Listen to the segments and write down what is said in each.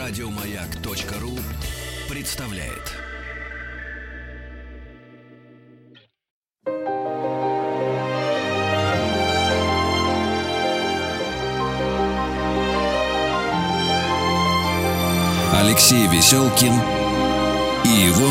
Радиомаяк.ру представляет. Алексей Веселкин и его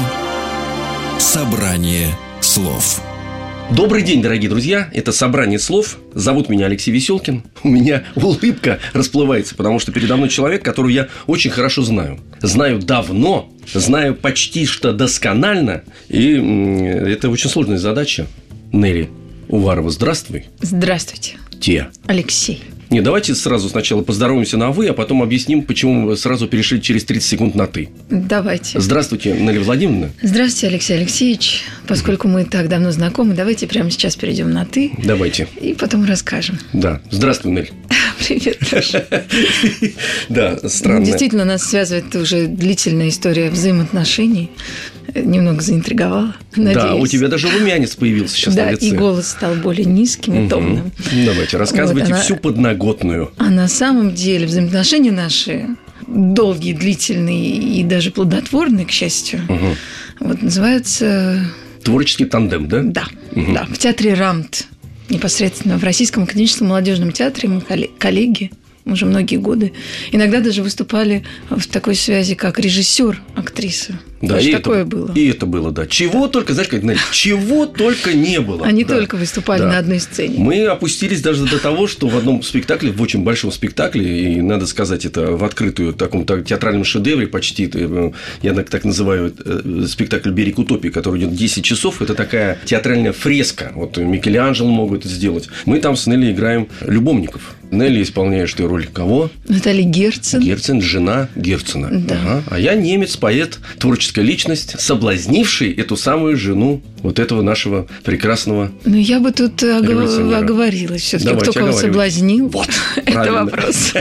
собрание слов. Добрый день, дорогие друзья, это «Собрание слов». Зовут меня Алексей Веселкин. У меня улыбка расплывается, потому что передо мной человек, которого я очень хорошо знаю. Знаю давно, знаю почти что досконально. И это очень сложная задача. Нелли Уварова, здравствуй. Здравствуйте. Алексей. Не, давайте сразу сначала поздороваемся на «вы», а потом объясним, почему мы сразу перешли через 30 секунд на «ты». Давайте. Здравствуйте, Нелли Владимировна. Здравствуйте, Алексей Алексеевич. Поскольку мы так давно знакомы, давайте прямо сейчас перейдем на «ты». Давайте. И потом расскажем. Да. Здравствуй, Нель. Привет, Леша. Да, странно. Действительно, нас связывает уже длительная история взаимоотношений. Немного заинтриговала. Надеюсь. Да, у тебя даже румянец появился сейчас на лице. Да, и голос стал более низким и томным. Давайте, рассказывайте всю подноготную. А на самом деле взаимоотношения наши долгие, длительные и даже плодотворные, к счастью, вот называются... Творческий тандем, да? Да, да. В театре «Рамт», непосредственно в Российском академическом молодежном театре, мы коллеги уже многие годы. Иногда даже выступали в такой связи, как режиссер, актриса. Да, и такое было. И это было, да. Чего только, знаешь, как, чего только не было. Они только выступали на одной сцене. Мы опустились даже до того, что в одном спектакле, в очень большом спектакле, и надо сказать, это в открытую, таком театральном шедевре почти, я так называю спектакль «Берег утопии», который идет 10 часов, это такая театральная фреска. Вот Микеланджело мог это сделать. Мы там с Нелли играем любовников. Нелли, исполняешь ты роль кого? Наталья Герцен. Герцен, жена Герцена. Да. Ага. А я немец, поэт, творческая личность, соблазнивший эту самую жену вот этого нашего прекрасного Ну, я бы тут оговорилась. Все-таки кто кого соблазнил? Вот, это вопрос.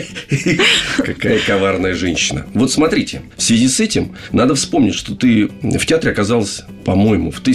Какая коварная женщина. Вот смотрите, в связи с этим надо вспомнить, что ты в театре оказалась, по-моему, в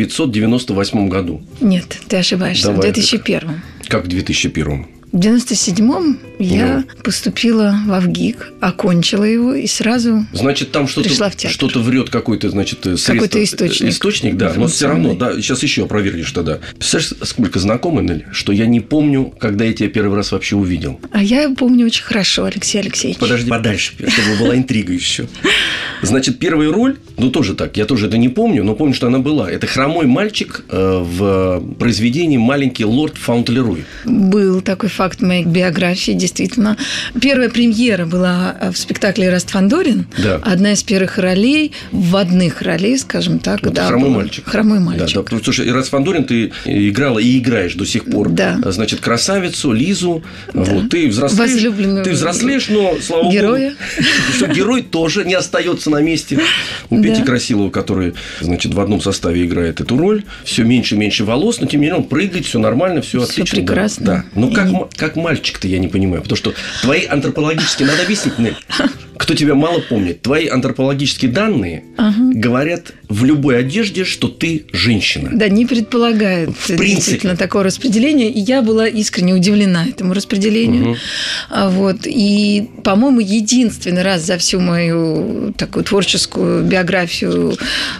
1998 году. Нет, ты ошибаешься. Давай, в 2001. Как в 2001? В 97-м я поступила в АВГИК, окончила его и сразу значит, там что-то врет какой-то, значит, средство. Какой-то источник. Источник, да. Но все равно, да, сейчас еще опровергнешь тогда. Представляешь, сколько знакомы, Нелли, что я не помню, когда я тебя первый раз вообще увидел. А я помню очень хорошо, Алексей Алексеевич. Подожди, подальше, чтобы была интрига еще. Значит, первая роль, тоже так, я тоже это не помню, но помню, что она была. Это хромой мальчик в произведении «Маленький лорд Фаунтлеруй». Был такой факт в моей биографии, действительно. Первая премьера была в спектакле «Эраст Фандорин». Да. Одна из первых ролей, вводных ролей, скажем так. Вот да, хромой мальчик. Хромой мальчик. Да, потому что Эраст Фандорин ты играла и играешь до сих пор. Да. Значит, красавицу, Лизу. Да. Вот, ты взрослеешь, но, слава героя. Богу, что герой тоже не остается на месте. У Пети Красилова, который, значит, в одном составе играет эту роль, все меньше и меньше волос, но тем не менее он прыгает, все нормально, все отлично. Все прекрасно. Да. Но как мальчик-то я не понимаю, потому что твои антропологические, надо объяснить, Нель, кто тебя мало помнит, твои антропологические данные говорят в любой одежде, что ты женщина. Да, не предполагает действительно такое распределение. И я была искренне удивлена этому распределению. Вот. И, по-моему, единственный раз за всю мою такую творческую биографию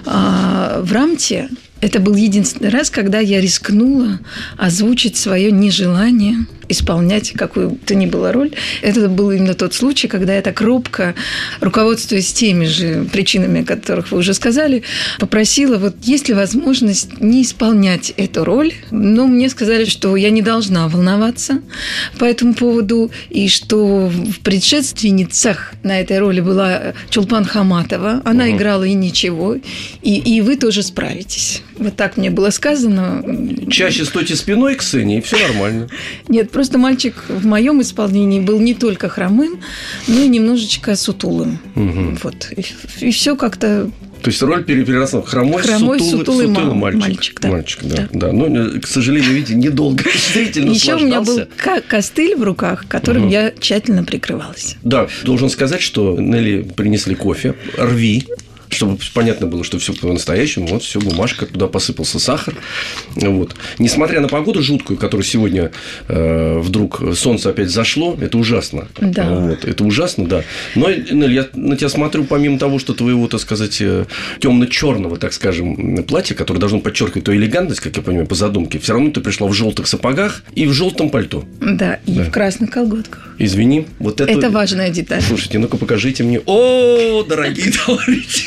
в «Рамте» это был единственный раз, когда я рискнула озвучить свое нежелание исполнять какую-то ни было роль. Это был именно тот случай, когда я так робко, руководствуясь теми же причинами, о которых вы уже сказали, попросила, вот есть ли возможность не исполнять эту роль. Но мне сказали, что я не должна волноваться по этому поводу, и что в предшественницах на этой роли была Чулпан Хаматова. Она играла и ничего, и вы тоже справитесь. Вот так мне было сказано. Чаще стойте спиной к сцене, и все нормально. Нет, просто мальчик в моем исполнении был не только хромым, но и немножечко сутулым. Вот. И все как-то... То есть роль переросла. Хромой сутулый мальчик. Мальчик, да. Но, к сожалению, видите, недолго зритель наслаждался. Еще у меня был костыль в руках, которым я тщательно прикрывалась. Да, должен сказать, что Нелли принесли кофе. Рви. чтобы понятно было, что все по-настоящему. Вот все, бумажка, туда посыпался сахар. Вот. Несмотря на погоду жуткую, которую сегодня вдруг солнце опять зашло, это ужасно. Да. Вот. Это ужасно, да. Но, Нель, я на тебя смотрю, помимо того, что твоего, так сказать, темно-черного, так скажем, платья, которое должно подчеркивать твою элегантность, как я понимаю, по задумке, все равно ты пришла в желтых сапогах и в желтом пальто. Да, и в красных колготках. Извини, вот это... Это важная деталь. Слушайте, ну-ка покажите мне. О, дорогие товарищи!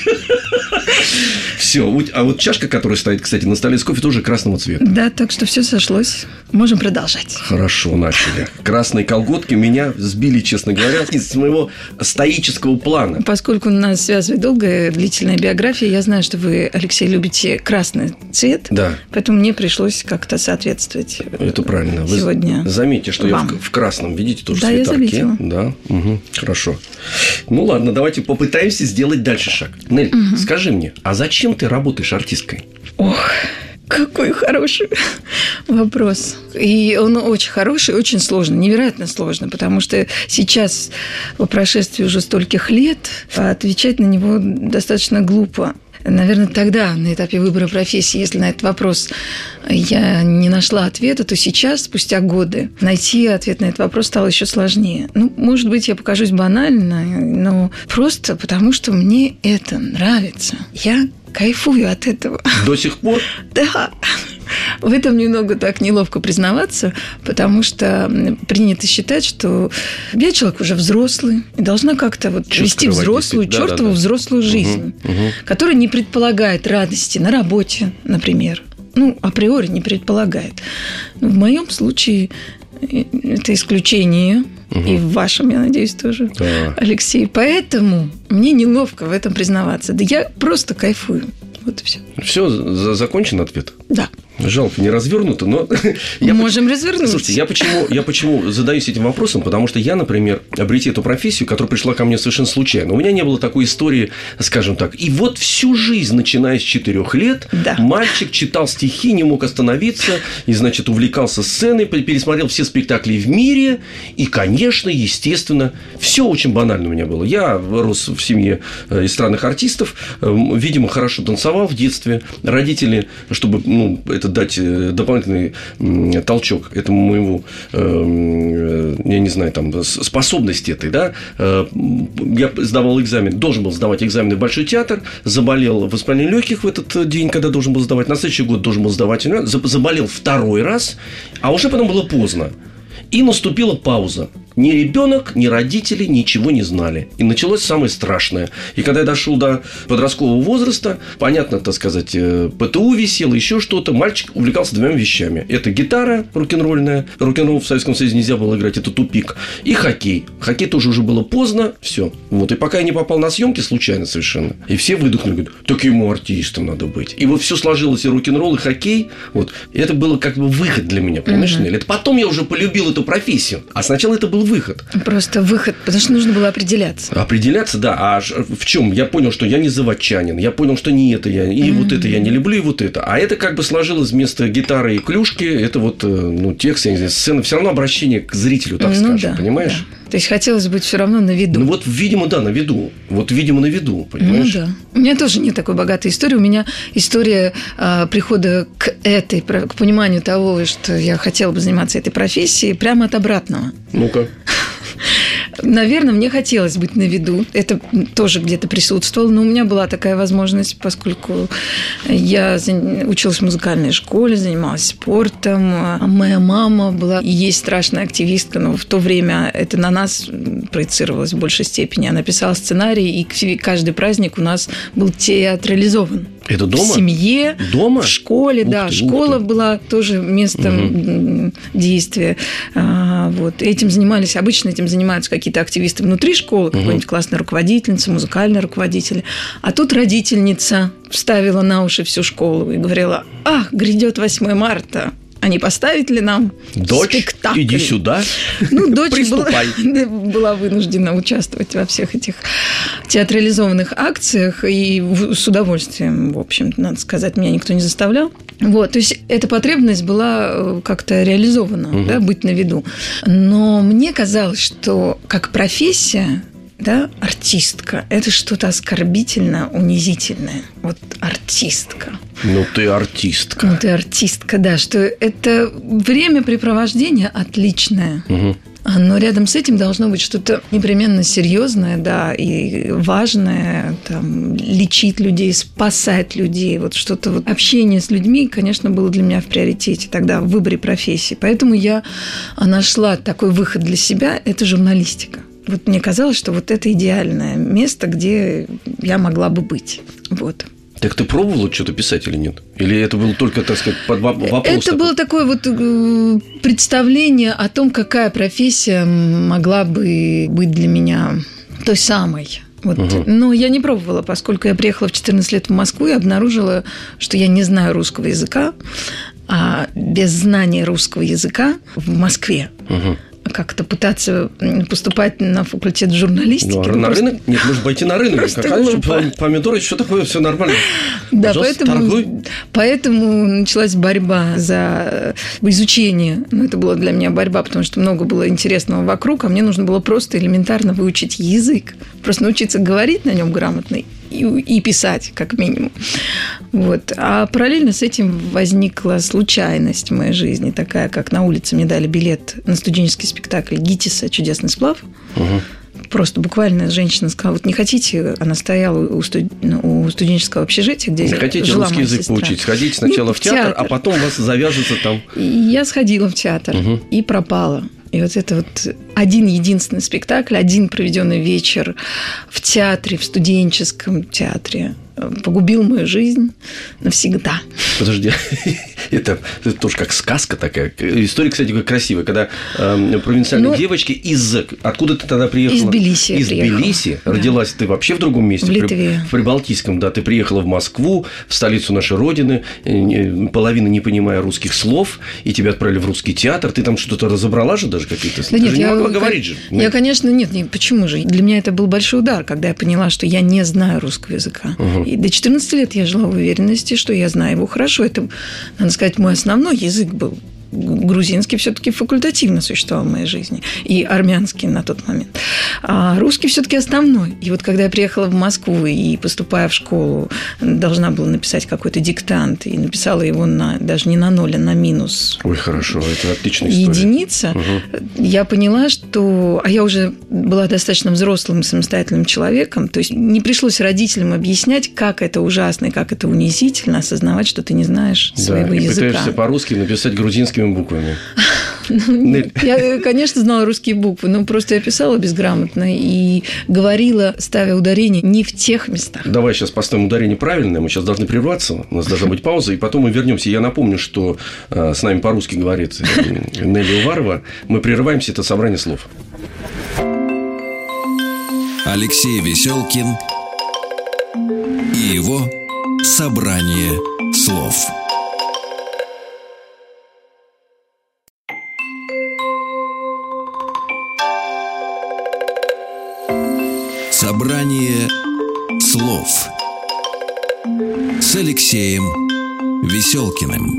Все. А вот чашка, которая стоит, кстати, на столе с кофе, тоже красного цвета. Да, так что все сошлось. Можем продолжать. Хорошо, начали. Красные колготки меня сбили, честно говоря, из моего стоического плана. Поскольку нас связывает долгая, длительная биография, я знаю, что вы, Алексей, любите красный цвет. Да. Поэтому мне пришлось как-то соответствовать. Это правильно. Сегодня вы заметьте, что вам. Я в красном, видите, тоже да, свитерке. Я заметила. Да, угу. Хорошо. Ну ладно, давайте попытаемся сделать дальше шаг. Нель, скажи мне, а зачем ты работаешь артисткой? Ох, какой хороший вопрос. И он очень хороший, очень сложный, невероятно сложно, потому что сейчас, по прошествии уже стольких лет, отвечать на него достаточно глупо. Наверное, тогда, на этапе выбора профессии, если на этот вопрос я не нашла ответа, то сейчас, спустя годы, найти ответ на этот вопрос стало еще сложнее. Ну, может быть, я покажусь банально, но просто потому, что мне это нравится. Я кайфую от этого. До сих пор? Да. В этом немного так неловко признаваться, потому что принято считать, что я человек уже взрослый и должна как-то вот вести взрослую, чертову взрослую жизнь, которая не предполагает радости на работе, например. Ну, априори не предполагает. Но в моем случае это исключение. И в вашем, я надеюсь, тоже, Алексей. Поэтому мне неловко в этом признаваться. Да я просто кайфую. Вот и все. Все, закончен ответ? Да. Жалко, не развернуто, но... Можем развернуть. Слушайте, я почему задаюсь этим вопросом? Потому что я, например, обрети эту профессию, которая пришла ко мне совершенно случайно. У меня не было такой истории, скажем так. И вот всю жизнь, начиная с 4 лет, мальчик читал стихи, не мог остановиться, и, значит, увлекался сценой, пересмотрел все спектакли в мире. И, конечно, естественно, все очень банально у меня было. Я рос в семье эстрадных артистов, видимо, хорошо танцевал в детстве. Родители, чтобы, это дать дополнительный толчок этому моему, я не знаю, там, способности этой, да, я сдавал экзамен, должен был сдавать экзамены в Большой театр, заболел воспалением легких в этот день, когда должен был сдавать, на следующий год должен был сдавать, заболел 2 раз, а уже потом было поздно. И наступила пауза. Ни ребенок, ни родители ничего не знали. И началось самое страшное. И когда я дошел до подросткового возраста, понятно, так сказать, ПТУ висел, еще что-то, мальчик увлекался 2 вещами. Это гитара рок-н-ролльная. Рок-н-ролл в Советском Союзе нельзя было играть, это тупик. И хоккей. Хоккей тоже уже было поздно. Все. Вот. И пока я не попал на съемки, случайно совершенно, и все выдохнули, говорят, так ему артистом надо быть. И вот все сложилось, и рок-н-ролл, и хоккей. Вот. И это было как бы выход для меня, понимаешь, Нель? Это потом я уже полюбил эту профессию. А сначала это был выход. Просто выход, потому что нужно было определяться. Определяться, да. А в чем? Я понял, что я не заводчанин. Я понял, что не это я. И вот это я не люблю, и вот это. А это как бы сложилось вместо гитары и клюшки. Это вот, текст, я не знаю, сцена. Все равно обращение к зрителю, так скажем. Да, понимаешь? Да. То есть хотелось быть все равно на виду. Ну вот, видимо, да, на виду. Вот, видимо, на виду, понимаешь? Ну да. У меня тоже нет такой богатой истории. У меня история прихода к пониманию того, что я хотела бы заниматься этой профессией, прямо от обратного. Ну-ка. Наверное, мне хотелось быть на виду. Это тоже где-то присутствовало. Но у меня была такая возможность, поскольку я училась в музыкальной школе, занималась спортом. Моя мама была и есть страшная активистка, но в то время это на нас проецировалось в большей степени. Она писала сценарий, и каждый праздник у нас был театрализован. Это дома? В семье, дома? В школе, да. Школа была тоже местом действия. Вот. Этим занимались, обычно этим занимаются какие-то активисты внутри школы, какой-нибудь классная руководительница, музыкальный руководитель. А тут родительница вставила на уши всю школу и говорила, грядет 8 марта. А не поставить ли нам спектакль? Иди сюда. Ну, дочь была вынуждена участвовать во всех этих театрализованных акциях. И с удовольствием, в общем, надо сказать, меня никто не заставлял. Вот, то есть эта потребность была как-то реализована, да, быть на виду. Но мне казалось, что как профессия да, артистка – это что-то оскорбительно, унизительное. Вот артистка. Ну, ты артистка. Ну, ты артистка, да, что это времяпрепровождение отличное. Угу. Но рядом с этим должно быть что-то непременно серьезное, да, и важное, там, лечить людей, спасать людей. Вот что-то вот. Общение с людьми, конечно, было для меня в приоритете тогда в выборе профессии. Поэтому я нашла такой выход для себя – это журналистика. Вот мне казалось, что вот это идеальное место, где я могла бы быть. Вот. Так ты пробовала что-то писать или нет? Или это было только, так сказать, под вопрос? Это такой? было такое вот представление о том, какая профессия могла бы быть для меня той самой. Вот. Угу. Но я не пробовала, поскольку я приехала в 14 лет в Москву и обнаружила, что я не знаю русского языка, а без знания русского языка в Москве как-то пытаться поступать на факультет журналистики. Ну, а на рынок? Нет, может пойти на рынок. Помидоры, что такое, все нормально. Да, поэтому началась борьба за изучение. Ну, это была для меня борьба, потому что много было интересного вокруг, а мне нужно было просто элементарно выучить язык. Просто научиться говорить на нем грамотно и писать, как минимум. Вот. А параллельно с этим возникла случайность в моей жизни, такая, как на улице мне дали билет на студенческий спектакль Гитиса «Чудесный сплав». Просто буквально женщина сказала, вот не хотите, она стояла у студенческого общежития, где не хотите жила русский моя язык сестра. Поучить, сходите сначала в театр, а потом у вас завяжется там. И я сходила в театр и пропала. И вот это вот один единственный спектакль, один проведенный вечер в театре, в студенческом театре погубил мою жизнь навсегда. Подожди, это тоже как сказка такая. История, кстати, красивая. Когда провинциальные девочки Откуда ты тогда приехала? Из Тбилиси. Из Тбилиси? Да. Родилась ты вообще в другом месте? В Литве. В Прибалтийском, да. Ты приехала в Москву, в столицу нашей Родины, половина не понимая русских слов, и тебя отправили в русский театр. Ты там что-то разобрала же даже какие-то? Да нет, ты же не могла говорить же. Я, конечно, нет, почему же? Для меня это был большой удар, когда я поняла, что я не знаю русского языка. И до 14 лет я жила в уверенности, что я знаю его хорошо. Это, надо сказать, мой основной язык был. Грузинский все-таки факультативно существовал в моей жизни. И армянский на тот момент. А русский все-таки основной. И вот когда я приехала в Москву и, поступая в школу, должна была написать какой-то диктант, и написала его даже не на 0, а на минус. Ой, хорошо, это отличная история. Единица. Я поняла, что... А я уже была достаточно взрослым и самостоятельным человеком, то есть не пришлось родителям объяснять, как это ужасно и как это унизительно осознавать, что ты не знаешь своего языка. Ты пытаешься по-русски написать грузинскими буквами. Я, конечно, знала русские буквы, но просто я писала безграмотно и говорила, ставя ударение не в тех местах. Давай сейчас поставим ударение правильное. Мы сейчас должны прерваться. У нас должна быть пауза, и потом мы вернемся. Я напомню, что с нами по-русски говорит Нелли Уварова. Мы прерываемся. Это собрание слов. Алексей Веселкин и его собрание слов. Собрание слов с Алексеем Веселкиным.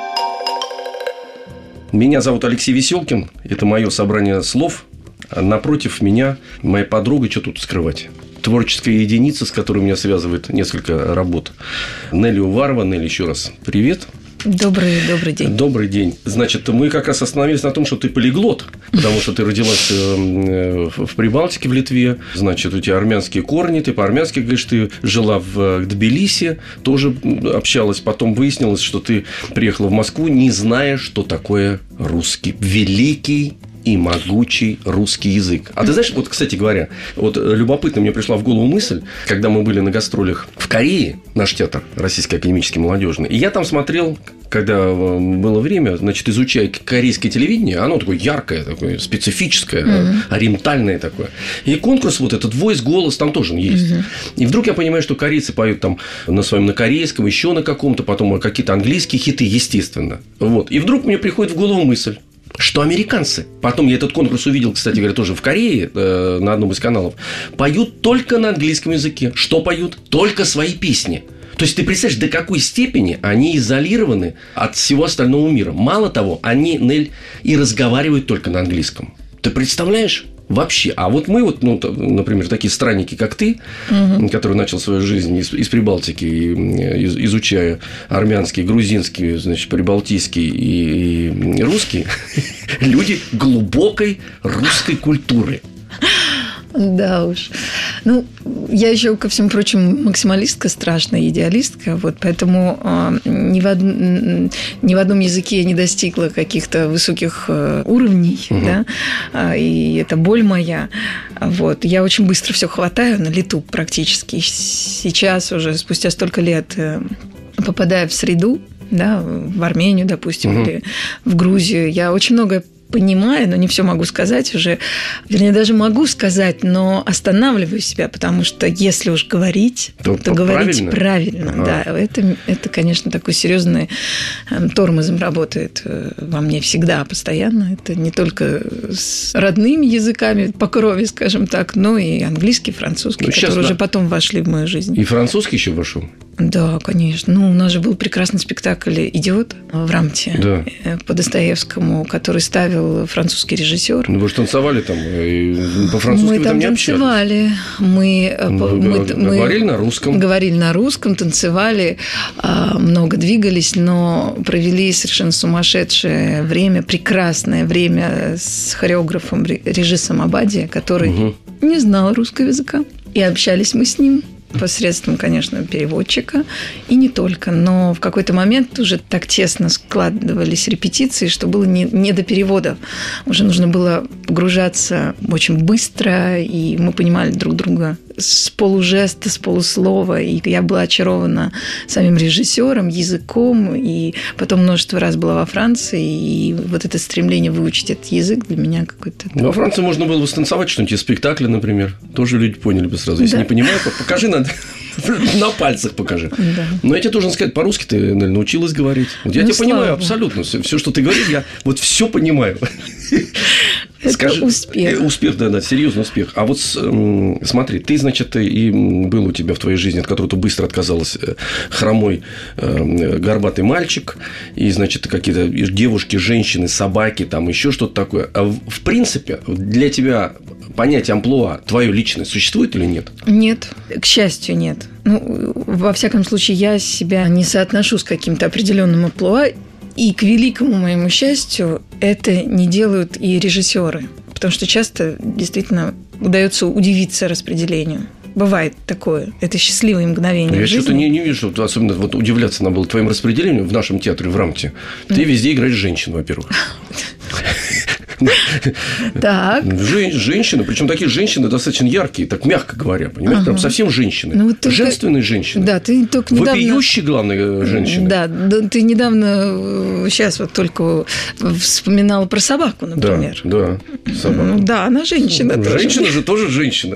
Меня зовут Алексей Веселкин. Это мое собрание слов. Напротив меня моя подруга, что тут скрывать? Творческая единица, с которой меня связывает несколько работ. Нелли Уварова. Нелли, еще раз привет. Добрый день. Добрый день. Значит, мы как раз остановились на том, что ты полиглот, потому что ты родилась в Прибалтике, в Литве. Значит, у тебя армянские корни, ты по-армянски говоришь, ты жила в Тбилиси, тоже общалась. Потом выяснилось, что ты приехала в Москву, не зная, что такое русский. Великий и могучий русский язык. А ты знаешь, вот, кстати говоря, вот любопытно мне пришла в голову мысль, когда мы были на гастролях в Корее, наш театр Российский академический молодежный, и я там смотрел, когда было время, значит, изучая корейское телевидение, оно такое яркое, такое специфическое, ориентальное такое. И конкурс вот этот Voice, голос там тоже есть. И вдруг я понимаю, что корейцы поют там на своем, на корейском, еще на каком-то, потом какие-то английские хиты, естественно. Вот. И вдруг мне приходит в голову мысль, что американцы, потом я этот конкурс увидел, кстати говоря, тоже в Корее, на одном из каналов, поют только на английском языке. Что поют? Только свои песни. То есть, ты представляешь, до какой степени они изолированы от всего остального мира. Мало того, они, Нель, и разговаривают только на английском. Ты представляешь? вообще. А вот мы, вот, ну, например, такие странники, как ты, который начал свою жизнь из Прибалтики, изучая армянский, грузинский, значит, прибалтийский и русский, люди глубокой русской культуры. Да уж. Ну, я еще, ко всему прочему, максималистка, страшная идеалистка, вот, поэтому ни в одном языке я не достигла каких-то высоких уровней, да, и это боль моя. Вот. Я очень быстро все хватаю на лету практически. Сейчас уже, спустя столько лет, попадая в среду, да, в Армению, допустим, или в Грузию, я очень много понимаю, но не все могу сказать уже. Вернее, даже могу сказать, но останавливаю себя, потому что если уж говорить, то говорить правильно. Да, это, конечно, такой серьезный тормозом работает во мне всегда, постоянно. Это не только с родными языками по крови, скажем так, но и английский, французский, которые уже потом вошли в мою жизнь. И французский еще вошел? Да, конечно. Ну, у нас же был прекрасный спектакль «Идиот» в Рамте по Достоевскому, который ставил французский режиссер. Ну, вы же танцевали там, и по-французски вы там не танцевали. Мы говорили на русском. Говорили на русском, танцевали, много двигались, но провели совершенно сумасшедшее время, прекрасное время с хореографом Режисом Абади, который не знал русского языка. И общались мы с ним посредством, конечно, переводчика, и не только. Но в какой-то момент уже так тесно складывались репетиции, что было не до переводов. Уже нужно было погружаться очень быстро, и мы понимали друг друга с полужеста, с полуслова. И я была очарована самим режиссером, языком, и потом множество раз была во Франции, и вот это стремление выучить этот язык для меня какой-то... Ну, во Франции можно было бы станцевать что-нибудь из спектакля, например. Тоже люди поняли бы сразу. Если не понимаю, покажи на пальцах покажи. Да. Но я тебе должен сказать, по-русски ты, наверное, научилась говорить. Вот я тебя понимаю абсолютно. Все, что ты говоришь, я вот все понимаю. Это успех. Успех, да, серьезный успех. А вот смотри, ты, значит, и был у тебя в твоей жизни, от которого ты быстро отказалась, хромой, горбатый мальчик, и, значит, какие-то девушки, женщины, собаки, там еще что-то такое. А в принципе, для тебя понятие амплуа, твое личное, существует или нет? Нет, к счастью, нет. Ну, во всяком случае, я себя не соотношу с каким-то определенным амплуа. И к великому моему счастью, это не делают и режиссеры, потому что часто действительно удается удивиться распределению. Бывает такое. Это счастливые мгновения. Я что-то не вижу, что особенно вот удивляться надо было твоим распределением в нашем театре в Рамте. Ты везде играешь женщин, во-первых. Так. Женщины, причем такие женщины достаточно яркие, так мягко говоря, понимаете, там совсем женщины. Ну, вот женственные женщины. Да, ты только недавно... Вопиющие, главное, женщины. Да, ты недавно, сейчас вот только вспоминала про собаку, например. Да, собака. Ну, да, она женщина тоже. Женщина же тоже женщина.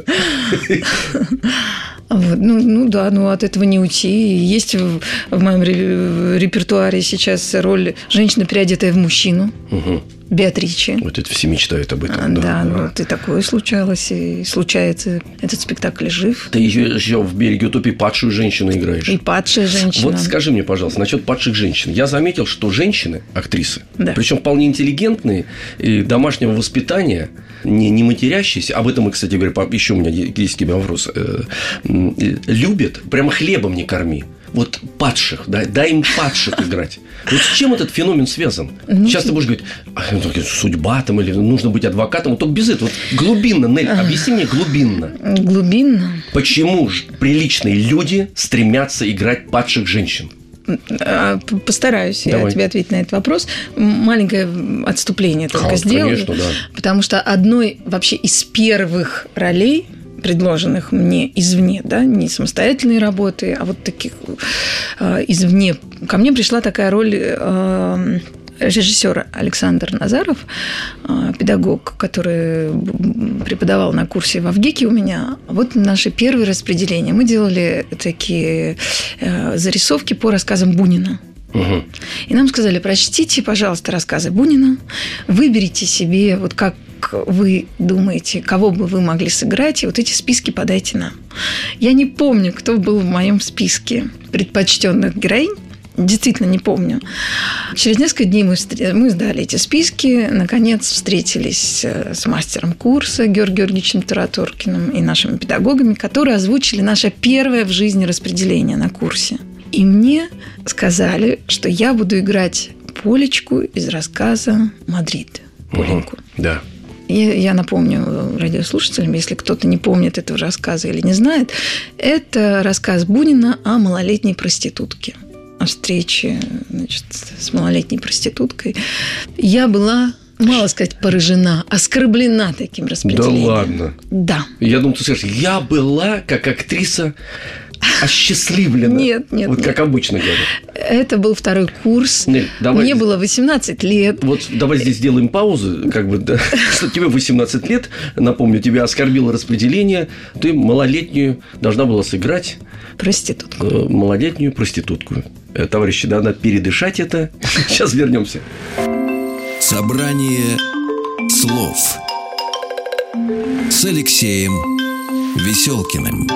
Вот, ну от этого не уйти. Есть в моем репертуаре сейчас роль женщины, переодетая в мужчину. Беатриче. Вот это все мечтают об этом. Да. Вот и такое случалось, и случается. Этот спектакль жив. Ты еще в «Береге утопии» падшую женщину играешь. И падшая женщина. Вот скажи мне, пожалуйста, насчет падших женщин. Я заметил, что женщины, актрисы, причем вполне интеллигентные, и домашнего воспитания, не матерящиеся, об этом, кстати говоря, еще у меня есть тебе вопрос, любят, прямо хлебом не корми. Вот падших, дай им падших играть. Вот с чем этот феномен связан? Сейчас ты будешь говорить, судьба там, или нужно быть адвокатом. Вот только без этого. Вот глубинно, Нель, объясни мне глубинно. Глубинно? Почему же приличные люди стремятся играть падших женщин? Постараюсь я тебе ответить на этот вопрос. Маленькое отступление только сделаю. Конечно, да. Потому что одной вообще из первых ролей, предложенных мне извне, да, не самостоятельные работы, а вот таких извне. Ко мне пришла такая роль режиссера Александр Назаров, педагог, который преподавал на курсе в Авгике у меня. Вот наши первые распределения. Мы делали такие зарисовки по рассказам Бунина. И нам сказали, прочтите, пожалуйста, рассказы Бунина, выберите себе, вот как вы думаете, кого бы вы могли сыграть, и вот эти списки подайте нам. Я не помню, кто был в моем списке предпочтенных героинь, действительно не помню. Через несколько дней мы сдали эти списки, наконец встретились с мастером курса Георгием Георгиевичем Тараторкиным и нашими педагогами, которые озвучили наше первое в жизни распределение на курсе. И мне сказали, что я буду играть Полечку из рассказа «Мадрид». Поленьку. Да. Я напомню радиослушателям, если кто-то не помнит этого рассказа или не знает, это рассказ Бунина о малолетней проститутке, о встрече, значит, с малолетней проституткой. Я была, мало сказать, поражена, оскорблена таким распределением. Да ладно? Да. Я думал, ты скажешь, я была как актриса осчастливлена. Нет. Вот как обычно говорят. Это был второй курс. Нель, мне было 18 лет. Вот давай здесь сделаем паузу, как бы, да, что тебе 18 лет, напомню, тебя оскорбило распределение, ты малолетнюю должна была сыграть проститутку. Малолетнюю проститутку. Товарищи, надо передышать это. Сейчас вернемся. Собрание слов с Алексеем Веселкиным.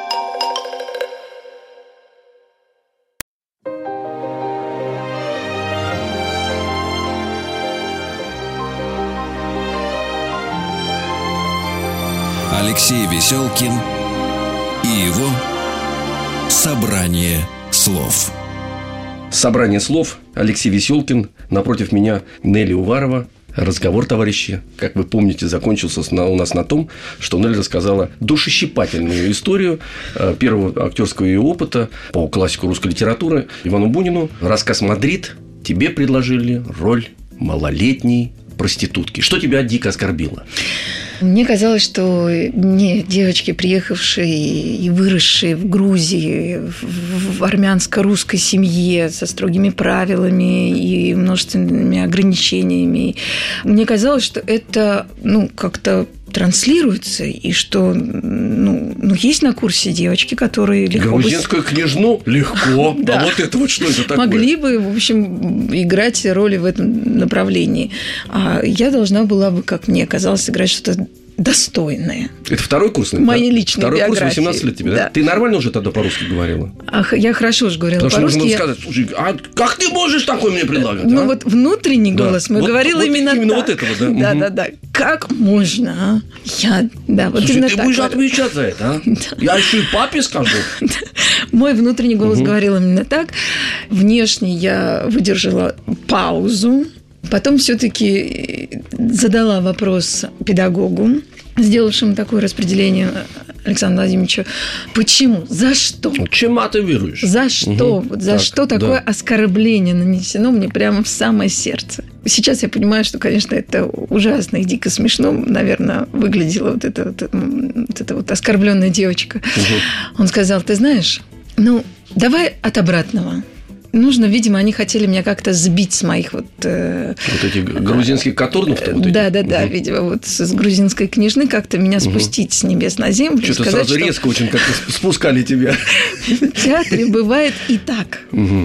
Алексей Веселкин и его «Собрание слов». «Собрание слов». Алексей Веселкин. Напротив меня Нелли Уварова. Разговор, товарищи, как вы помните, закончился у нас на том, что Нелли рассказала душещипательную историю первого актерского ее опыта по классику русской литературы Ивану Бунину. Рассказ «Мадрид». Тебе предложили роль малолетней проститутки. Что тебя дико оскорбило? Мне казалось, что мне, девочки, приехавшие и выросшие в Грузии, в армянско-русской семье со строгими правилами и множественными ограничениями, мне казалось, что это как-то транслируется, и что есть на курсе девочки, которые легко... Грузинскую княжну легко, а вот это вот что это такое? Могли бы, в общем, играть роли в этом направлении. А я должна была бы, как мне казалось, сыграть что-то достойное. Это второй курс? Моей личной второй биографии. Курс, 18 лет тебе, да? Ты нормально уже тогда по-русски говорила? Я хорошо уже говорила по-русски. Потому что нужно сказать, слушай, а как ты можешь такое мне предлагать? Вот внутренний голос мы говорила именно так. Вот этого, да? Да. Как можно, а? Слушай, ты будешь отвечать за это, а? Я еще и папе скажу. Мой внутренний голос говорил именно так. Внешне я выдержала паузу. Потом все-таки задала вопрос педагогу, сделавшему такое распределение, Александру Владимировичу, почему, за что? Чем ты веруешь? За что? За что такое оскорбление нанесено мне прямо в самое сердце? Сейчас я понимаю, что, конечно, это ужасно и дико смешно, наверное, выглядела вот эта оскорбленная девочка. Он сказал, ты знаешь, давай от обратного. Нужно, видимо, они хотели меня как-то сбить с моих вот этих грузинских каторнов-то? Да, видимо, вот с грузинской княжны как-то меня спустить с небес на землю. Что-то сразу резко очень как-то спускали тебя. В театре бывает и так,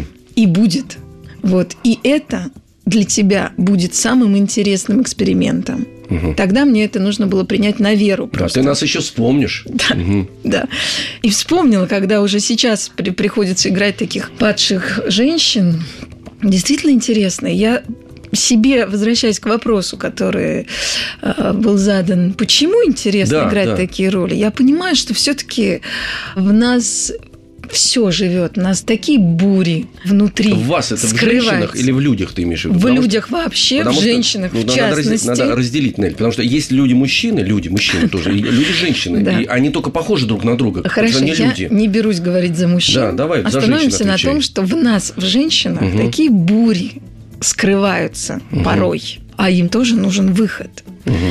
и будет. Вот. И это для тебя будет самым интересным экспериментом. Тогда мне это нужно было принять на веру. Просто. Ты нас еще вспомнишь. Да. И вспомнила, когда уже сейчас приходится играть таких падших женщин. Действительно интересно. Я себе, возвращаясь к вопросу, который был задан, почему интересно играть такие роли, я понимаю, что все-таки в нас все живет, у нас такие бури внутри. В вас это в женщинах или в людях ты имеешь в виду? В людях вообще, в женщинах в частности. Надо разделить, Нель, потому что есть люди-мужчины тоже, и люди-женщины, и они только похожи друг на друга. Хорошо, я не берусь говорить за мужчин. Да, давай, за женщин остановимся на том, что в нас, в женщинах, такие бури скрываются порой, а им тоже нужен выход.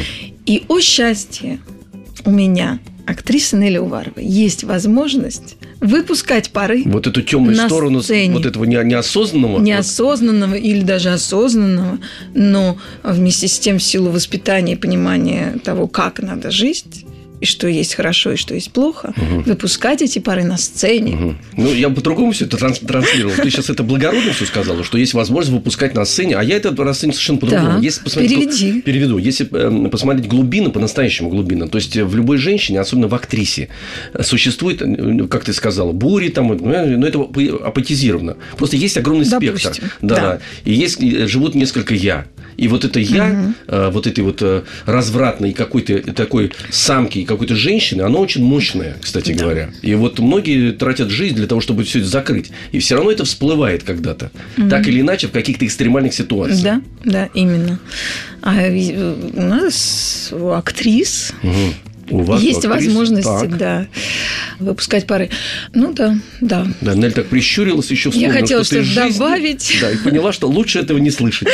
И, о счастье, у меня, актрисы Нелли Уваровой, есть возможность выпускать пары вот эту темную сторону сцене. Вот этого неосознанного или даже осознанного, но вместе с тем в силу воспитания и понимания того, как надо жить, и что есть хорошо, и что есть плохо, выпускать эти пары на сцене. Ну, я бы по-другому все это транслировал. Ты сейчас это благородно все сказала, что есть возможность выпускать на сцене, а я это расцениваю совершенно по-другому. Да, Переведу. Если посмотреть глубины, по-настоящему глубины, то есть в любой женщине, особенно в актрисе, существует, как ты сказала, бури, там, но это апатизировано. Просто есть огромный спектр. Да. И живут несколько «я». И вот это «я», вот этой вот развратной какой-то такой самки и какой-то женщины, оно очень мощное, кстати говоря. И вот многие тратят жизнь для того, чтобы все это закрыть. И все равно это всплывает когда-то. Так или иначе, в каких-то экстремальных ситуациях. Да, именно. А у нас, у актрис... У вас, есть возможность, выпускать пары. Ну, да. Да, Нель так прищурилась, еще вспомнила, я хотела что-то что-то добавить. Да, и поняла, что лучше этого не слышать.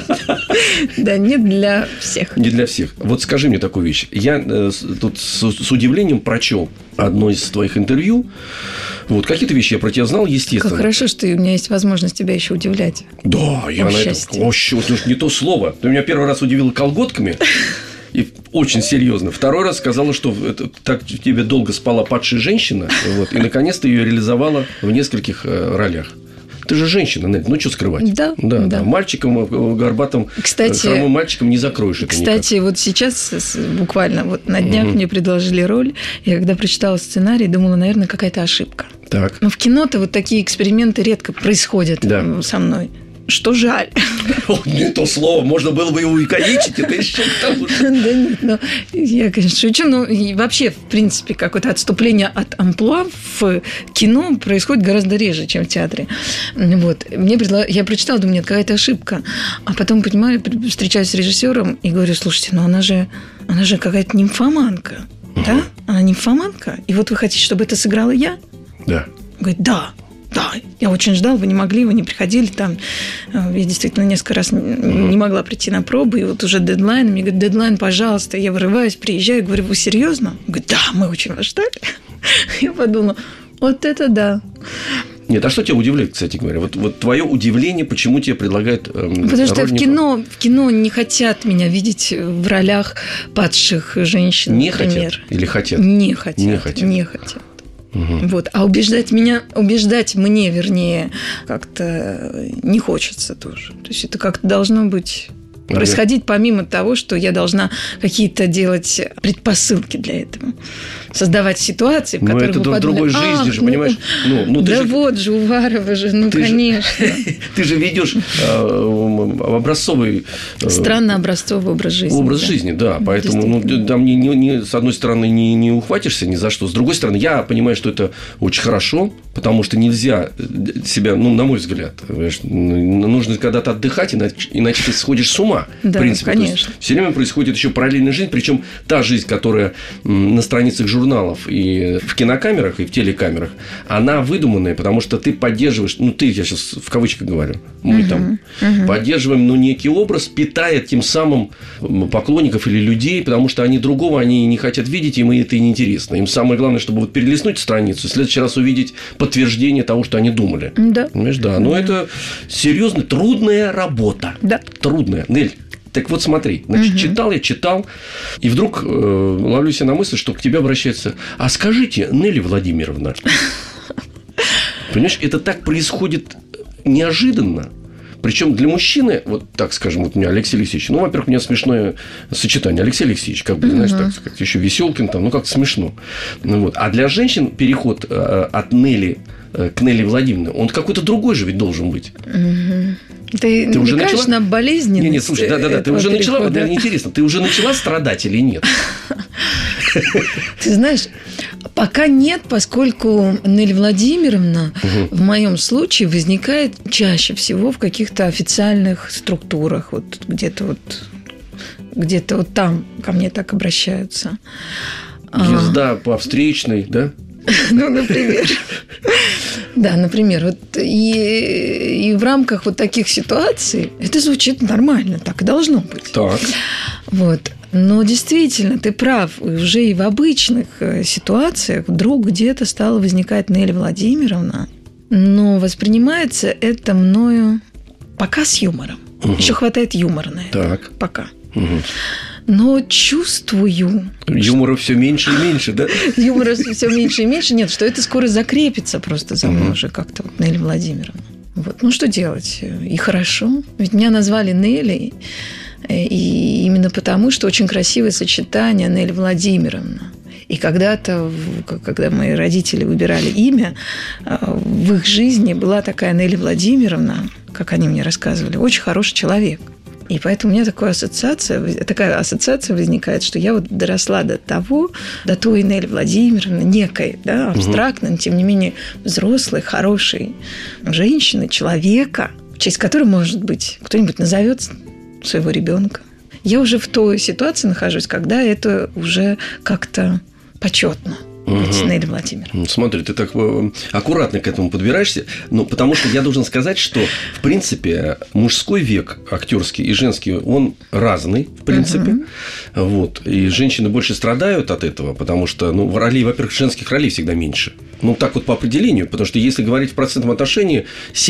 Да, не для всех. Не для всех. Вот скажи мне такую вещь. Я тут с удивлением прочел одно из твоих интервью. Вот, какие-то вещи я про тебя знал, естественно. Как хорошо, что у меня есть возможность тебя еще удивлять. Да, я на это... не то слово. Ты меня первый раз удивила колготками. И очень серьезно. Второй раз сказала, что так в тебе долго спала падшая женщина, вот, и наконец-то ее реализовала в нескольких ролях. Ты же женщина, Нель, ну что скрывать? Да. Мальчиком горбатым, хромым мальчиком не закроешь это никак. Кстати, вот сейчас буквально вот на днях мне предложили роль. Я когда прочитала сценарий, думала, наверное, какая-то ошибка. Так. Но в кино-то вот такие эксперименты редко происходят со мной. Что жаль. Не то слово. Можно было бы его увековечить, это еще к тому же. Да нет, ну, я, конечно, шучу. Но вообще, в принципе, какое-то отступление от амплуа в кино происходит гораздо реже, чем в театре. Вот. Я прочитала, думаю, нет, какая-то ошибка. А потом, понимаю, встречаюсь с режиссером и говорю, слушайте, ну она же какая-то нимфоманка. Да? Она нимфоманка? И вот вы хотите, чтобы это сыграла я? Да. Говорит, да, я очень ждал, вы не могли, вы не приходили там. Я действительно несколько раз не могла прийти на пробы, и вот уже дедлайн. Мне говорят, дедлайн, пожалуйста. Я вырываюсь, приезжаю, говорю, вы серьезно? Он говорит, да, мы очень вас ждали. Я подумала, вот это да. Нет, а что тебя удивляет, кстати говоря? Вот твое удивление, почему тебе предлагают потому что в кино не хотят меня видеть в ролях падших женщин, не например. Хотят или хотят? Не хотят. Вот. А убеждать мне, вернее, как-то не хочется тоже. То есть это как-то должно быть происходить помимо того, что я должна какие-то делать предпосылки для этого. Создавать ситуации, в которых вы подумали... в другой жизни же, понимаешь? Вот же, Уварова же, конечно. Ты же ведешь образцовый... Странно образцовый образ жизни. Образ жизни, да. Поэтому там с одной стороны не ухватишься ни за что. С другой стороны, я понимаю, что это очень хорошо, потому что нельзя себя, на мой взгляд, нужно когда-то отдыхать, иначе ты сходишь с ума. Да, в принципе. конечно. Все время происходит еще параллельная жизнь, причем та жизнь, которая на страницах журналов и в кинокамерах, и в телекамерах, она выдуманная, потому что ты поддерживаешь, я сейчас в кавычках говорю, мы поддерживаем, некий образ, питая тем самым поклонников или людей, потому что другого они не хотят видеть, им это и неинтересно. Им самое главное, чтобы перелистнуть страницу, в следующий раз увидеть подтверждение того, что они думали. Да. Понимаешь, да. Но это серьезно трудная работа. Да. Трудная. Нель, так вот смотри, значит, читал, и вдруг ловлю себя на мысли, что к тебе обращаются. А скажите, Нелли Владимировна, понимаешь, это так происходит неожиданно. Причем для мужчины, вот так скажем, вот у меня Алексей Алексеевич, во-первых, у меня смешное сочетание. Алексей Алексеевич, знаешь, так сказать, еще Веселкин, как-то смешно. А для женщин переход от Нелли к Нелли Владимировне, он какой-то другой же ведь должен быть. Ты уже намекаешь на болезненность? Нет, слушай, да, ты уже начала, мне интересно, ты уже начала страдать или нет? Ты знаешь, пока нет, поскольку Нелли Владимировна в моем случае возникает чаще всего в каких-то официальных структурах, где-то там ко мне так обращаются. Езда по встречной, да? Например. Да, например. И в рамках вот таких ситуаций это звучит нормально, так и должно быть. Так. Вот. Но действительно, ты прав, уже и в обычных ситуациях вдруг где-то стала возникать Нелли Владимировна, но воспринимается это мною пока с юмором. Еще хватает юмора на это. Так. Пока. но чувствую... Юмора все меньше и меньше, да? Юмора все меньше и меньше. Нет, что это скоро закрепится просто за мной уже как-то, вот, Нелли Владимировна. Вот. Ну, что делать? И хорошо. Ведь меня назвали Нелли, и именно потому, что очень красивое сочетание Нелли Владимировна. И когда-то, когда мои родители выбирали имя, в их жизни была такая Нелли Владимировна, как они мне рассказывали, очень хороший человек. И поэтому у меня такая ассоциация возникает, что я вот доросла до той Нелли Владимировны, некой, да, абстрактной, но тем не менее взрослой, хорошей женщины, человека, в честь которой, может быть, кто-нибудь назовет своего ребенка. Я уже в той ситуации нахожусь, когда это уже как-то почетно. Нелли Владимировна. Смотри, ты так аккуратно к этому подбираешься, потому что я должен сказать, что, в принципе, мужской век актерский и женский, он разный, в принципе. Вот. И женщины больше страдают от этого, потому что, ролей, во-первых, женских ролей всегда меньше. Так вот по определению, потому что если говорить в процентном отношении,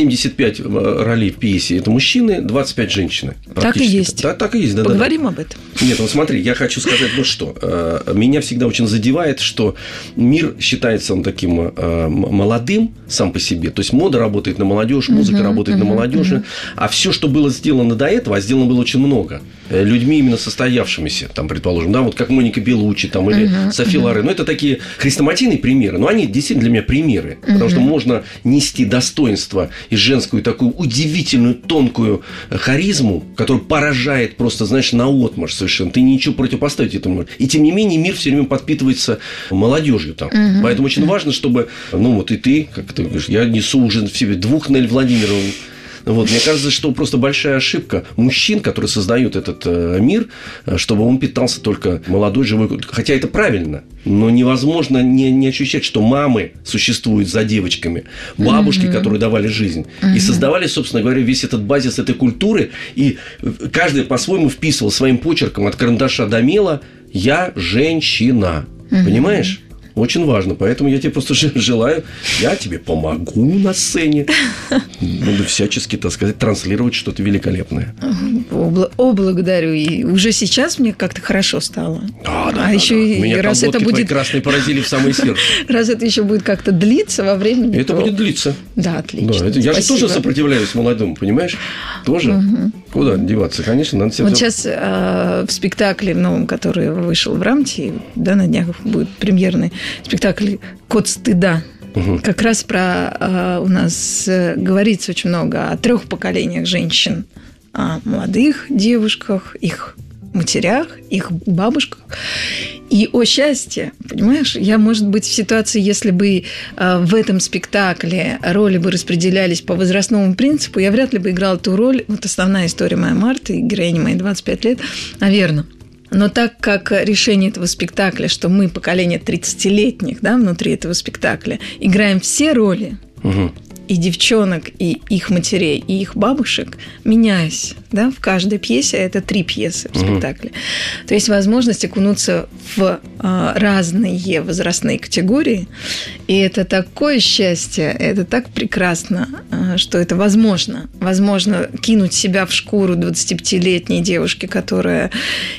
75 ролей в пьесе – это мужчины, 25 – женщины. Так и есть. Да, так и есть. Поговорим об этом. Нет, смотри, я хочу сказать вот что. Меня всегда очень задевает, что мир считается он таким молодым сам по себе. То есть мода работает на молодежь, музыка работает на молодежь. А все, что было сделано до этого, а сделано было очень много. Людьми именно состоявшимися, там, предположим, да, вот как Моника Беллуччи там, или София Лорен. Это такие хрестоматийные примеры, но они действительно для меня примеры. Потому что можно нести достоинство и женскую такую удивительную тонкую харизму, которая поражает просто, знаешь, наотмашь совершенно. Ты ничего противопоставить этому не можешь. И тем не менее мир все время подпитывается молодежью там. Поэтому очень важно, чтобы, и ты, как ты говоришь, я несу уже в себе 2 Нелли Владимировну. Мне кажется, что просто большая ошибка мужчин, которые создают этот мир, чтобы он питался только молодой, живой. Хотя это правильно, но невозможно не ощущать, что мамы существуют за девочками, бабушки, которые давали жизнь, и создавали, собственно говоря, весь этот базис этой культуры, и каждый по-своему вписывал своим почерком от карандаша до мела «я женщина». Понимаешь? Очень важно, поэтому я тебе просто желаю, я тебе помогу на сцене. Буду всячески, так сказать, транслировать что-то великолепное. Благодарю. И уже сейчас мне как-то хорошо стало. Да. Еще и меня раз это будет красные поразили в самое сердце. Раз это еще будет как-то длиться во времени. Это будет длиться. Да, отлично. Я же тоже сопротивляюсь молодым, понимаешь? Тоже. Куда деваться? Конечно, надо себя... Вот сейчас в спектакле новом, который вышел в Рамте, на днях будет премьерный спектакль «Код стыда». Как раз у нас говорится очень много о 3 поколениях женщин. О молодых девушках, их матерях, их бабушках. И о счастье, понимаешь? Я, может быть, в ситуации, если бы в этом спектакле роли бы распределялись по возрастному принципу, я вряд ли бы играла ту роль. Вот основная история моя Марты, героиня моей 25 лет, наверное. Но так как решение этого спектакля, что мы, поколение 30-летних, да, внутри этого спектакля, играем все роли, и девчонок, и их матерей, и их бабушек, меняясь, да, в каждой пьесе, это 3 пьесы в спектакле, то есть возможность окунуться в разные возрастные категории, и это такое счастье, это так прекрасно, что это возможно. Возможно кинуть себя в шкуру 25-летней девушки, которая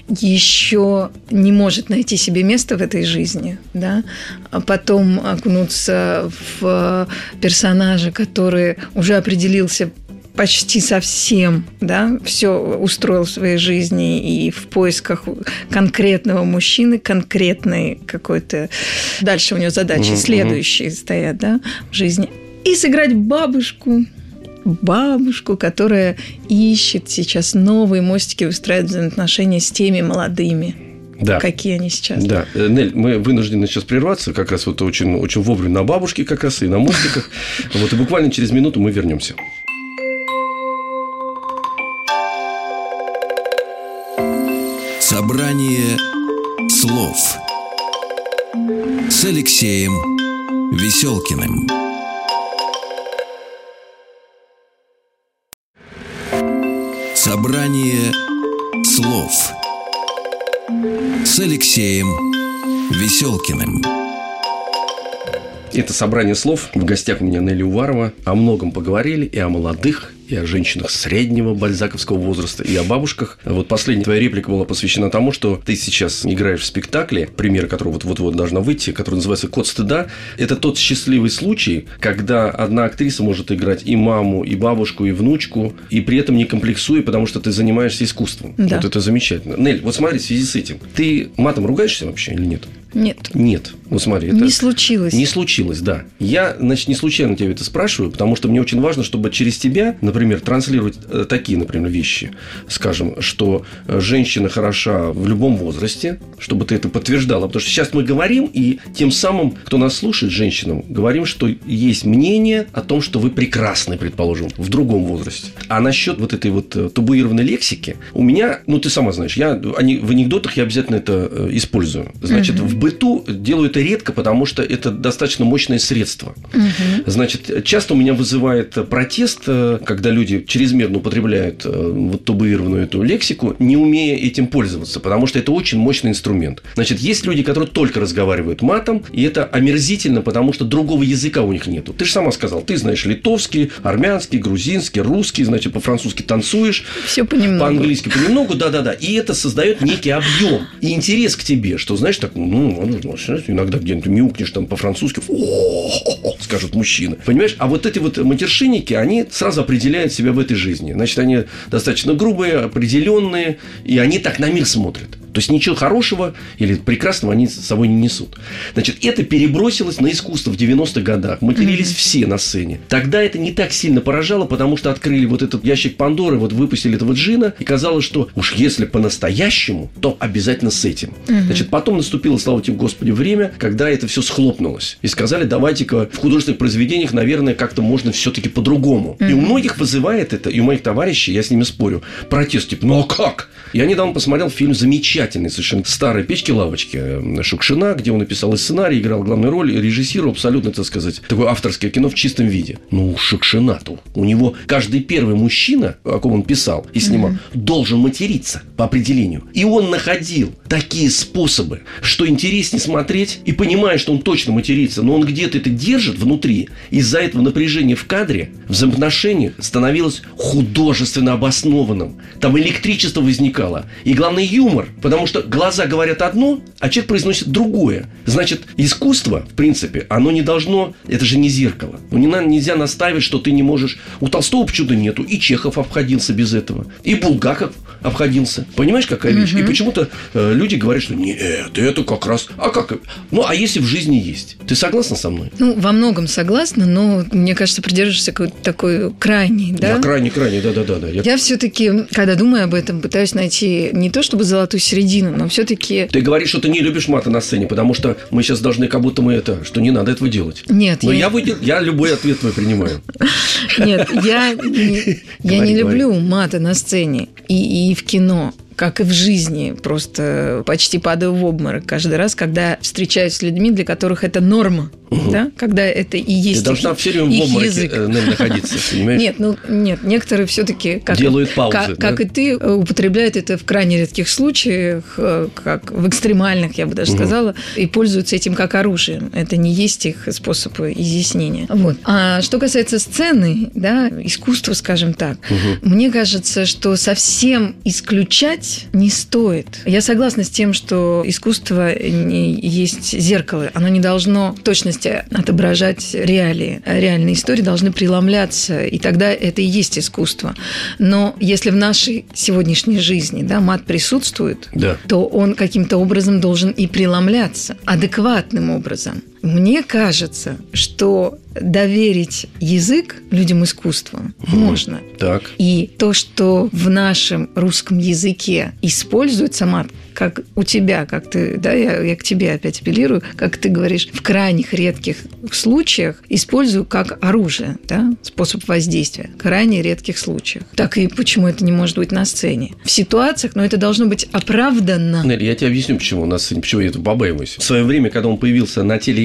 еще не может найти себе место в этой жизни, да, а потом окунуться в персонажа, который уже определился почти совсем, да, все устроил в своей жизни и в поисках конкретного мужчины, конкретной какой-то... Дальше у него задачи следующие стоят, да, в жизни. И сыграть бабушку, которая ищет сейчас новые мостики, выстраивает взаимоотношения с теми молодыми. Да. Какие они сейчас. Да. Нель, мы вынуждены сейчас прерваться, как раз вот очень, очень вовремя на бабушке как раз и на мостиках. И буквально через минуту мы вернемся. Собрание слов с Алексеем Веселкиным. Собрание слов с Алексеем Веселкиным. Это собрание слов. В гостях у меня Нелли Уварова. О многом поговорили, и о молодых, и о женщинах среднего бальзаковского возраста, и о бабушках. Вот последняя твоя реплика была посвящена тому, что ты сейчас играешь в спектакле, премьера которого вот-вот должна выйти, который называется «Код стыда». Это тот счастливый случай, когда одна актриса может играть и маму, и бабушку, и внучку, и при этом не комплексуя, потому что ты занимаешься искусством. Да. Вот это замечательно. Нель, вот смотри, в связи с этим, ты матом ругаешься вообще или нет? Нет. Нет. Вот смотри. Не случилось. Не случилось, да. Я, значит, не случайно тебя это спрашиваю, потому что мне очень важно, чтобы через тебя, например, транслировать такие, например, вещи. Скажем, что женщина хороша в любом возрасте, чтобы ты это подтверждала. Потому что сейчас мы говорим, и тем самым, кто нас слушает, женщинам, говорим, что есть мнение о том, что вы прекрасны, предположим, в другом возрасте. А насчет вот этой вот табуированной лексики, у меня, ну, ты сама знаешь, в анекдотах я обязательно это использую. Значит, в быту делаю это редко, потому что это достаточно мощное средство. Значит, часто у меня вызывает протест, когда люди чрезмерно употребляют вот табуированную эту лексику, не умея этим пользоваться, потому что это очень мощный инструмент. Значит, есть люди, которые только разговаривают матом, и это омерзительно, потому что другого языка у них нету. Ты же сама сказала, ты знаешь литовский, армянский, грузинский, русский, значит, по-французски танцуешь. Все понемногу. По-английски понемногу, да-да-да. И это создает некий объем и интерес к тебе, что, знаешь, так, иногда где-нибудь мяукнешь там по-французски, скажут мужчины. Понимаешь? А вот эти вот матершинники, они сразу определяют себя в этой жизни. Значит, они достаточно грубые, определенные, и они так на мир смотрят. То есть ничего хорошего или прекрасного они с собой не несут. Значит, это перебросилось на искусство в 90-х годах. Матерились все на сцене. Тогда это не так сильно поражало, потому что открыли вот этот ящик Пандоры, вот выпустили этого джина, и казалось, что уж если по-настоящему, то обязательно с этим. Значит, потом наступило, слава тебе, Господи, время, когда это все схлопнулось. И сказали, давайте-ка в художественных произведениях, наверное, как-то можно все-таки по-другому. И у многих вызывает это, и у моих товарищей, я с ними спорю, протест, типа, ну а как? Я недавно посмотрел фильм замечательный, совершенно старой «Печки-лавочки» Шукшина, где он написал и сценарий, играл главную роль, режиссировал абсолютно, так сказать, такое авторское кино в чистом виде. Ну, Шукшина-то, у него каждый первый мужчина, о ком он писал и снимал, должен материться по определению. И он находил такие способы, что интереснее смотреть, и понимая, что он точно матерится, но он где-то это держит внутри. Из-за этого напряжение в кадре, в взаимоотношениях становилось художественно обоснованным. Там электричество возникало. И главное, юмор. Потому что глаза говорят одно, а человек произносит другое. Значит, искусство, в принципе, оно не должно... Это же не зеркало. Нельзя наставить, что ты не можешь... У Толстого почему-то нету. И Чехов обходился без этого. И Булгаков обходился. Понимаешь, какая вещь? И почему-то люди говорят, что нет, это как раз... А как? Ну, а если в жизни есть? Ты согласна со мной? Ну, во многом согласна, но, мне кажется, придерживаешься какой-то такой крайний, да? Я крайний, да. Я все-таки, когда думаю об этом, пытаюсь найти не то чтобы золотую середину, но все-таки... Ты говоришь, что ты не любишь мата на сцене, потому что мы сейчас должны, как будто мы это... Что не надо этого делать. Нет. Но я любой ответ твой принимаю. Нет, я не люблю мата на сцене и в кино. Как и в жизни, просто почти падаю в обморок каждый раз, когда встречаюсь с людьми, для которых это норма, да? Когда это и есть ты должна все время в обмороке находиться, понимаешь? Нет, некоторые все-таки делают паузы, как и ты, употребляют это в крайне редких случаях, как в экстремальных, я бы даже сказала, и пользуются этим как оружием. Это не есть их способ изъяснения. Вот. А что касается сцены, да, искусства, скажем так, мне кажется, что совсем исключать не стоит. Я согласна с тем, что искусство есть зеркало. Оно не должно в точности отображать реалии. Реальные истории должны преломляться, и тогда это и есть искусство. Но если в нашей сегодняшней жизни, да, мат присутствует, то он каким-то образом должен и преломляться, адекватным образом. Мне кажется, что доверить язык людям искусства можно. Так. И то, что в нашем русском языке используется мат, как у тебя, как ты, да, я к тебе опять апеллирую, как ты говоришь, в крайних редких случаях использую как оружие, да, способ воздействия, в крайне редких случаях. Так и почему это не может быть на сцене? В ситуациях, но это должно быть оправданно. Нелли, я тебе объясню, почему на сцене, почему я это побаиваюсь. В свое время, когда он появился на телеэкране,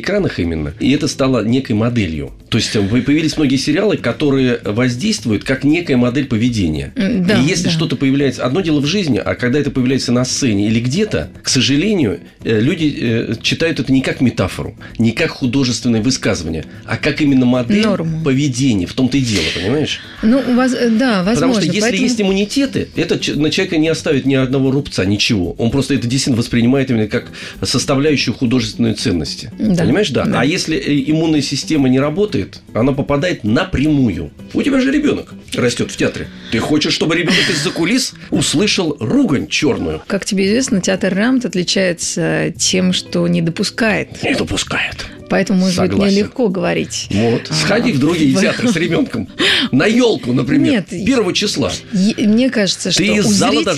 экранах именно, и это стало некой моделью. То есть появились многие сериалы, которые воздействуют как некая модель поведения. Да, и если что-то появляется, одно дело в жизни, а когда это появляется на сцене или где-то, к сожалению, люди читают это не как метафору, не как художественное высказывание, а как именно модель поведения. В том-то и дело, понимаешь? Ну, да, возможно. Потому что если есть иммунитеты, это на человека не оставит ни одного рубца, ничего. Он просто это действительно воспринимает именно как составляющую художественной ценности. Да. Понимаешь, да? А если иммунная система не работает, она попадает напрямую. У тебя же ребенок растет в театре. Ты хочешь, чтобы ребенок из-за кулис услышал ругань черную? Как тебе известно, театр Рамт отличается тем, что не допускает. Не допускает. Поэтому, может быть, мне легко говорить. Вот. Сходи в другие театры с ребенком. На елку, например, 1 числа. Мне кажется, что у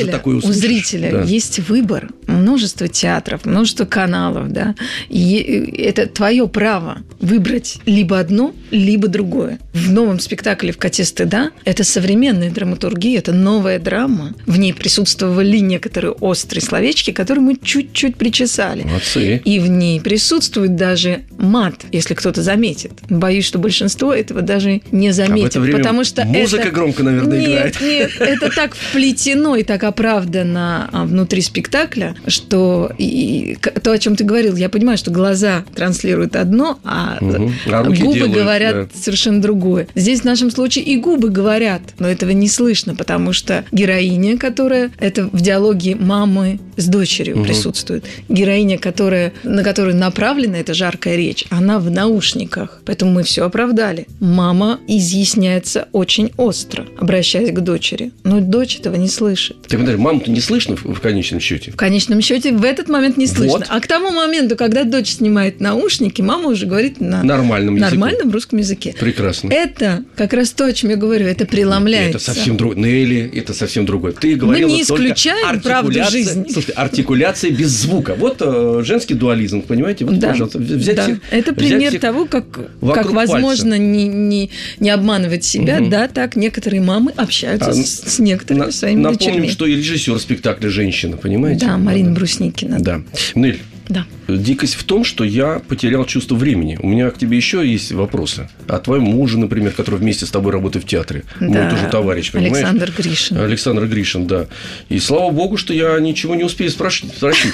зрителя есть выбор. Множество театров, множество каналов. Да? И это твое право выбрать либо одно, либо другое. В новом спектакле «В коте стыда» это современная драматургия, это новая драма. В ней присутствовали некоторые острые словечки, которые мы чуть-чуть причесали. Молодцы. И в ней присутствует даже мат, если кто-то заметит. Боюсь, что большинство этого даже не заметит. А в это время потому что музыка громко, наверное, играет. Нет, это так вплетено и так оправдано внутри спектакля, что то, о чем ты говорил, я понимаю, что глаза транслируют одно, а губы говорят совершенно другое. Здесь в нашем случае и губы говорят, но этого не слышно, потому что героиня, которая это в диалоге мамы с дочерью присутствует, героиня, на которую направлена эта жаркая речь, она в наушниках. Поэтому мы все оправдали. Мама изъясняется очень остро, обращаясь к дочери. Но дочь этого не слышит. Ты подожди, маму-то не слышно в конечном счете? В конечном счете в этот момент не слышно. Вот. А к тому моменту, когда дочь снимает наушники, мама уже говорит на нормальном русском языке. Прекрасно. Это как раз то, о чем я говорю. Это преломляется. Это совсем другое. Нелли, это совсем другое. Ты говорила мы не исключаем правду жизни. Слушайте, артикуляция без звука. Вот женский дуализм, понимаете? Вот, да. Пожалуйста, взять это пример того, как возможно не обманывать себя. Да, так некоторые мамы общаются с некоторыми своими дочерьми. Напомним, что и режиссер спектакля «Женщина», понимаете? Да, Марина Брусникина. Да. Нель, да. Дикость в том, что я потерял чувство времени. У меня к тебе еще есть вопросы. О твоем муже, например, который вместе с тобой работает в театре. Да. Мой тоже товарищ, понимаешь? Александр Гришин, да. И слава богу, что я ничего не успею спросить.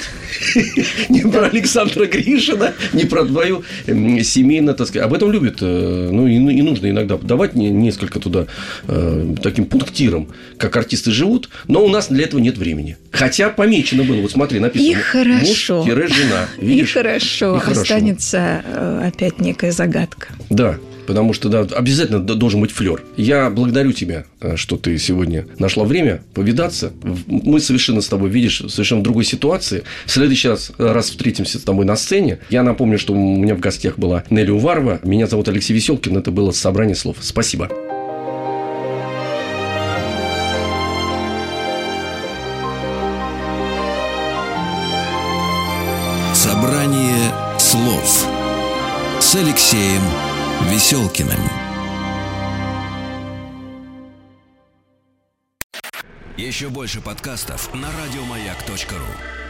Не про Александра Гришина, не про твою семейную, так сказать. Об этом любят. Ну, и нужно иногда давать несколько туда таким пунктирам, как артисты живут. Но у нас для этого нет времени. Хотя помечено было. Вот смотри, написано. И хорошо. Муж-жена. Видишь? И хорошо. Останется опять некая загадка. Да. Потому что да, обязательно должен быть флёр. Я благодарю тебя, что ты сегодня нашла время повидаться. Мы совершенно с тобой, видишь, совершенно в другой ситуации. В следующий раз встретимся с тобой на сцене. Я напомню, что у меня в гостях была Нелли Уварова. Меня зовут Алексей Веселкин. Это было «Собрание слов». Спасибо. «Собрание слов» с Алексеем Веселкиным. Еще больше подкастов на радиомаяк.ру.